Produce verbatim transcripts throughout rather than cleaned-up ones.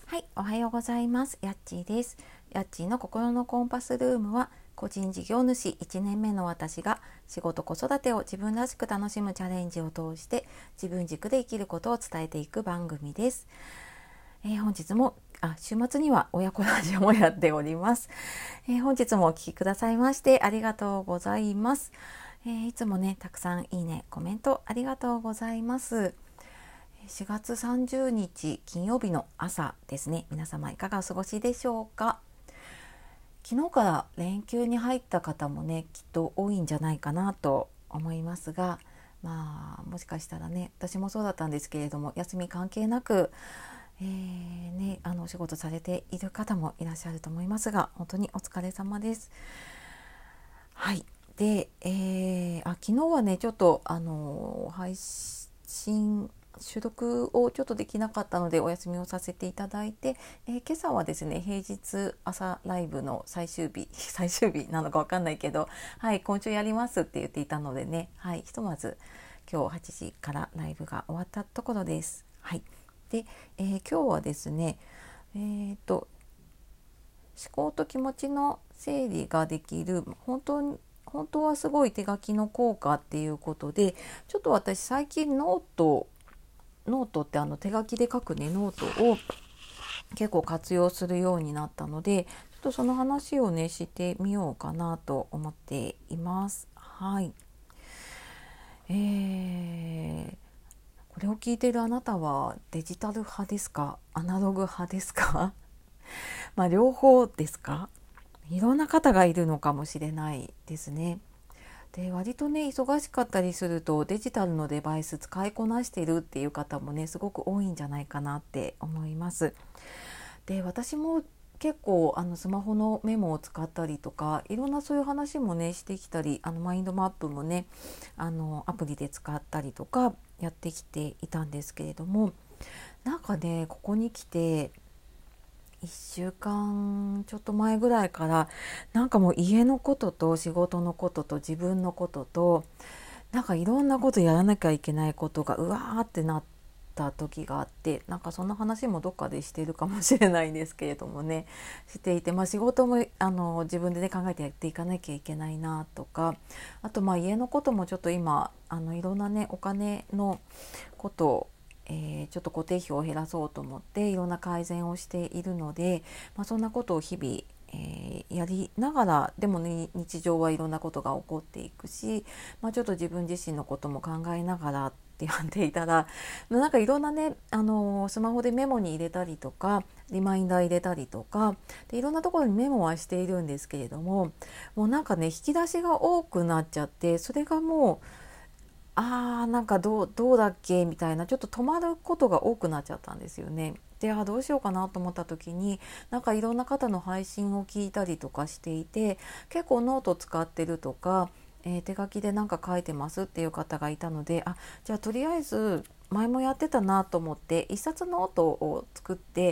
はい、おはようございます。やっちーです。やっちーの心のコンパスルームは、個人事業主いちねんめの私が仕事子育てを自分らしく楽しむチャレンジを通して自分軸で生きることを伝えていく番組です。えー、本日もあ週末には親子ラジオもやっております。えー、本日もお聞きくださいましてありがとうございます。えー、いつもねたくさんいいねコメントありがとうございます。しがつさんじゅうにち金曜日の朝ですね。皆様いかがお過ごしでしょうか。昨日から連休に入った方もねきっと多いんじゃないかなと思いますが、まあもしかしたらね私もそうだったんですけれども、休み関係なく、えーね、あのお仕事されている方もいらっしゃると思いますが、本当にお疲れ様です。はいで、えー、あ昨日はねちょっとあの配信収録をちょっとできなかったのでお休みをさせていただいて、えー、今朝はですね平日朝ライブの最終日最終日なのかわかんないけど、はい今週やりますって言っていたのでね、はいひとまず今日はちじからライブが終わったところです。はいで、えー、今日はですねえー、っと思考と気持ちの整理ができる本当に本当はすごい手書きの効果っていうことで、ちょっと私最近ノートノートってあの手書きで書くねノートを結構活用するようになったので、ちょっとその話をねしてみようかなと思っています。はい、えー、これを聞いているあなたはデジタル派ですか、アナログ派ですかまあ両方ですか。いろんな方がいるのかもしれないですね。で割とね忙しかったりするとデジタルのデバイス使いこなしているっていう方もねすごく多いんじゃないかなって思います。で私も結構あのスマホのメモを使ったりとか、いろんなそういう話もねしてきたり、あのマインドマップもねあのアプリで使ったりとかやってきていたんですけれども、なんかねここに来ていっしゅうかんちょっと前ぐらいからなんかもう家のことと仕事のことと自分のこととなんかいろんなことやらなきゃいけないことがうわーってなった時があって、なんかその話もどっかでしてるかもしれないんですけれどもねしていて、まあ、仕事もあの自分でね考えてやっていかなきゃいけないなとか、あとまあ家のこともちょっと今あのいろんなねお金のことをえー、ちょっと固定費を減らそうと思っていろんな改善をしているので、まあ、そんなことを日々、えー、やりながらでも、ね、日常はいろんなことが起こっていくし、まあ、ちょっと自分自身のことも考えながらってやっていたら、なんかいろんなね、あのー、スマホでメモに入れたりとかリマインダー入れたりとかでいろんなところにメモはしているんですけれども、もうなんかね引き出しが多くなっちゃって、それがもうあーなんかどう、どうだっけみたいなちょっと止まることが多くなっちゃったんですよね。であどうしようかなと思った時になんかいろんな方の配信を聞いたりとかしていて、結構ノート使ってるとか、えー手書きでなんか書いてますっていう方がいたので、あじゃあとりあえず前もやってたなと思って一冊ノートを作って、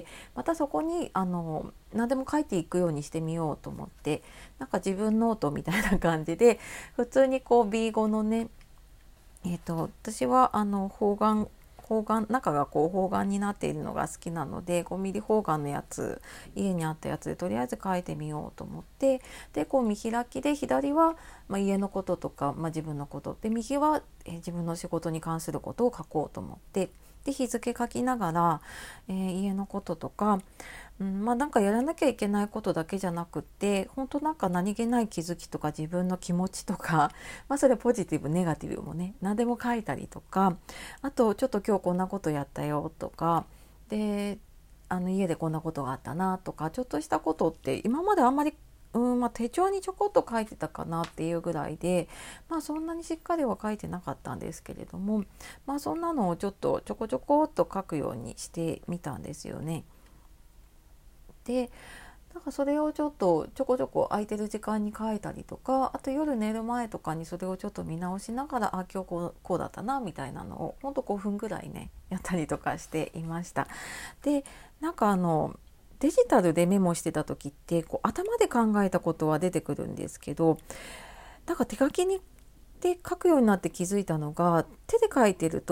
またそこにあの何でも書いていくようにしてみようと思って、なんか自分ノートみたいな感じで普通にこう ビーご のねえーと、私はあの方眼方眼中がこう方眼になっているのが好きなので、ごミリ方眼のやつ家にあったやつでとりあえず書いてみようと思って、でこう見開きで左は、まあ、家のこととか、まあ、自分のことで、右は、えー自分の仕事に関することを書こうと思って、で日付書きながら、えー家のこととか、うん、まあなんかやらなきゃいけないことだけじゃなくって、本当なんか何気ない気づきとか自分の気持ちとか、まあそれポジティブネガティブもね何でも書いたりとか、あとちょっと今日こんなことやったよとかで、あの家でこんなことがあったなとか、ちょっとしたことって今まであんまりうんまあ、手帳にちょこっと書いてたかなっていうぐらいで、まあ、そんなにしっかりは書いてなかったんですけれども、まあ、そんなのをちょっとちょこちょこっと書くようにしてみたんですよね。でなんかそれをちょっとちょこちょこ空いてる時間に書いたりとか、あと夜寝る前とかにそれをちょっと見直しながら、あ今日こう、こうだったなみたいなのをほんとごふんぐらいねやったりとかしていました。でなんかあのデジタルでメモしてた時ってこう頭で考えたことは出てくるんですけど、なんか手書きにで書くようになって気づいたのが、手で書いてると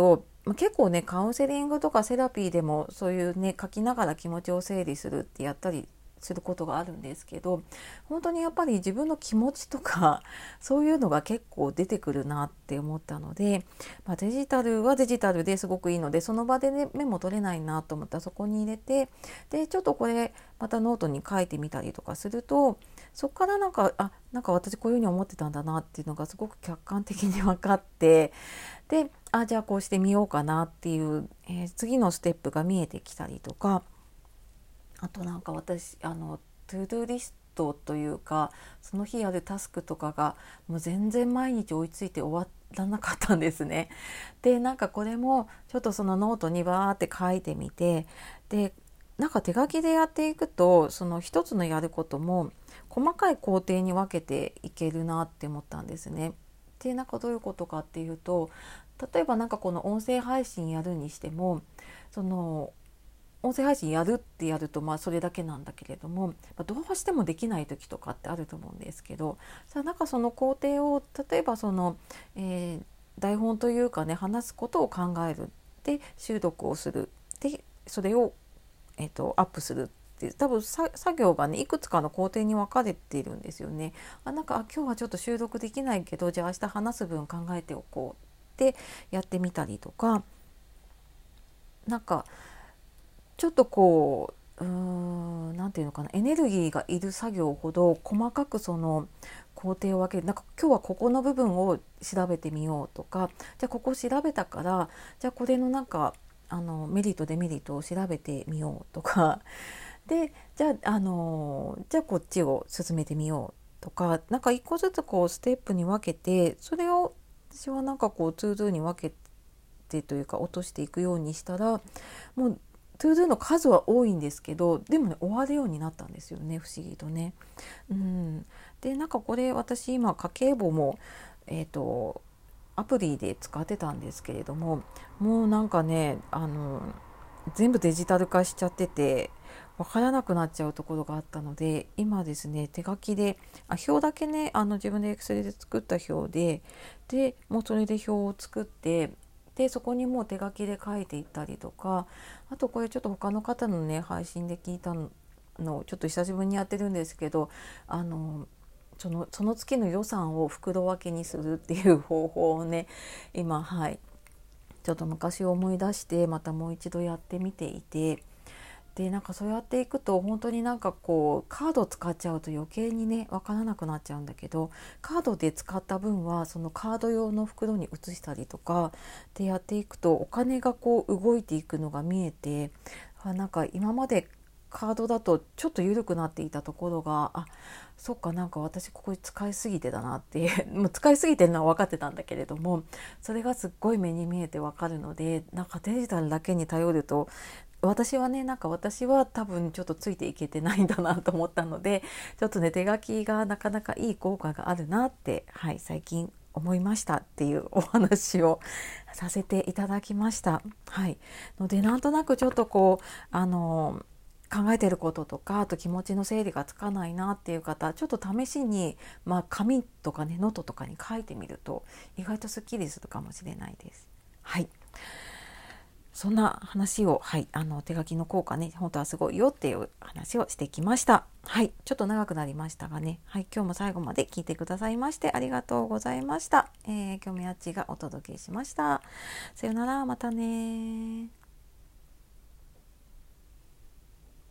まあ、結構ねカウンセリングとかセラピーでもそういうね書きながら気持ちを整理するってやったりすることがあるんですけど、本当にやっぱり自分の気持ちとかそういうのが結構出てくるなって思ったので、まあ、デジタルはデジタルですごくいいので、その場で、ね、メモ取れないなと思ったらそこに入れて、でちょっとこれまたノートに書いてみたりとかすると、そこからなんかあなんか私こういうふうに思ってたんだなっていうのがすごく客観的に分かって、であじゃあこうしてみようかなっていう、えー、次のステップが見えてきたりとか、あとなんか私あのトゥードゥーリストというかその日やるタスクとかがもう全然毎日追いついて終わらなかったんですね。でなんかこれもちょっとそのノートにバーって書いてみて、でなんか手書きでやっていくとその一つのやることも細かい工程に分けていけるなって思ったんですね。でなんかどういうことかっていうと、例えばなんかこの音声配信やるにしても、その音声配信やるってやるとまあそれだけなんだけれども、どうしてもできない時とかってあると思うんですけど、さあなんかその工程を例えばその、えー、台本というかね話すことを考える、で収録をする、でそれを、えーと、アップするっていう、多分作業がねいくつかの工程に分かれているんですよね。あなんかあ今日はちょっと収録できないけどじゃあ明日話す分考えておこうってやってみたりとか、なんかちょっとこう、うーん、なんていうのかな、エネルギーがいる作業ほど細かくその工程を分ける。なんか今日はここの部分を調べてみようとか、じゃあここ調べたからじゃあこれのなんかあのメリットデメリットを調べてみようとかでじゃあ、あのじゃあこっちを進めてみようとか、なんか一個ずつこうステップに分けて、それを私はなんかこうツードゥに分けてというか落としていくようにしたら、もうトゥードゥの数は多いんですけど、でもね終わるようになったんですよね、不思議とね。うん、でなんかこれ私今家計簿も、えーと、アプリで使ってたんですけれども、もうなんかねあの全部デジタル化しちゃってて分からなくなっちゃうところがあったので、今ですね手書きであ表だけねあの自分でエクセルで作った表ででもうそれで表を作って、でそこにもう手書きで書いていったりとか、あとこれちょっと他の方のね配信で聞いたのをちょっと久しぶりにやってるんですけど、あのそのその月の予算を袋分けにするっていう方法をね今はいちょっと昔を思い出してまたもう一度やってみていて、でなんかそうやっていくと本当になんかこうカード使っちゃうと余計にね分からなくなっちゃうんだけど、カードで使った分はそのカード用の袋に移したりとかでやっていくとお金がこう動いていくのが見えて、あなんか今までカードだとちょっと緩くなっていたところが、あそっかなんか私ここ使いすぎてだなってもう使いすぎてるのは分かってたんだけれども、それがすっごい目に見えて分かるので、なんかデジタルだけに頼ると私はねなんか私は多分ちょっとついていけてないんだなと思ったので、ちょっとね手書きがなかなかいい効果があるなって、はい、最近思いましたっていうお話をさせていただきました。はい、のでなんとなくちょっとこうあの考えてることとか、あと気持ちの整理がつかないなっていう方、ちょっと試しに、まあ、紙とかねノートとかに書いてみると意外とすっきりするかもしれないです。はい、そんな話を、はい、あの手書きの効果ね本当はすごいよっていう話をしてきました。はい、ちょっと長くなりましたがね、はい、今日も最後まで聞いてくださいましてありがとうございました。えー、今日もやっちがお届けしました。さよなら、またね。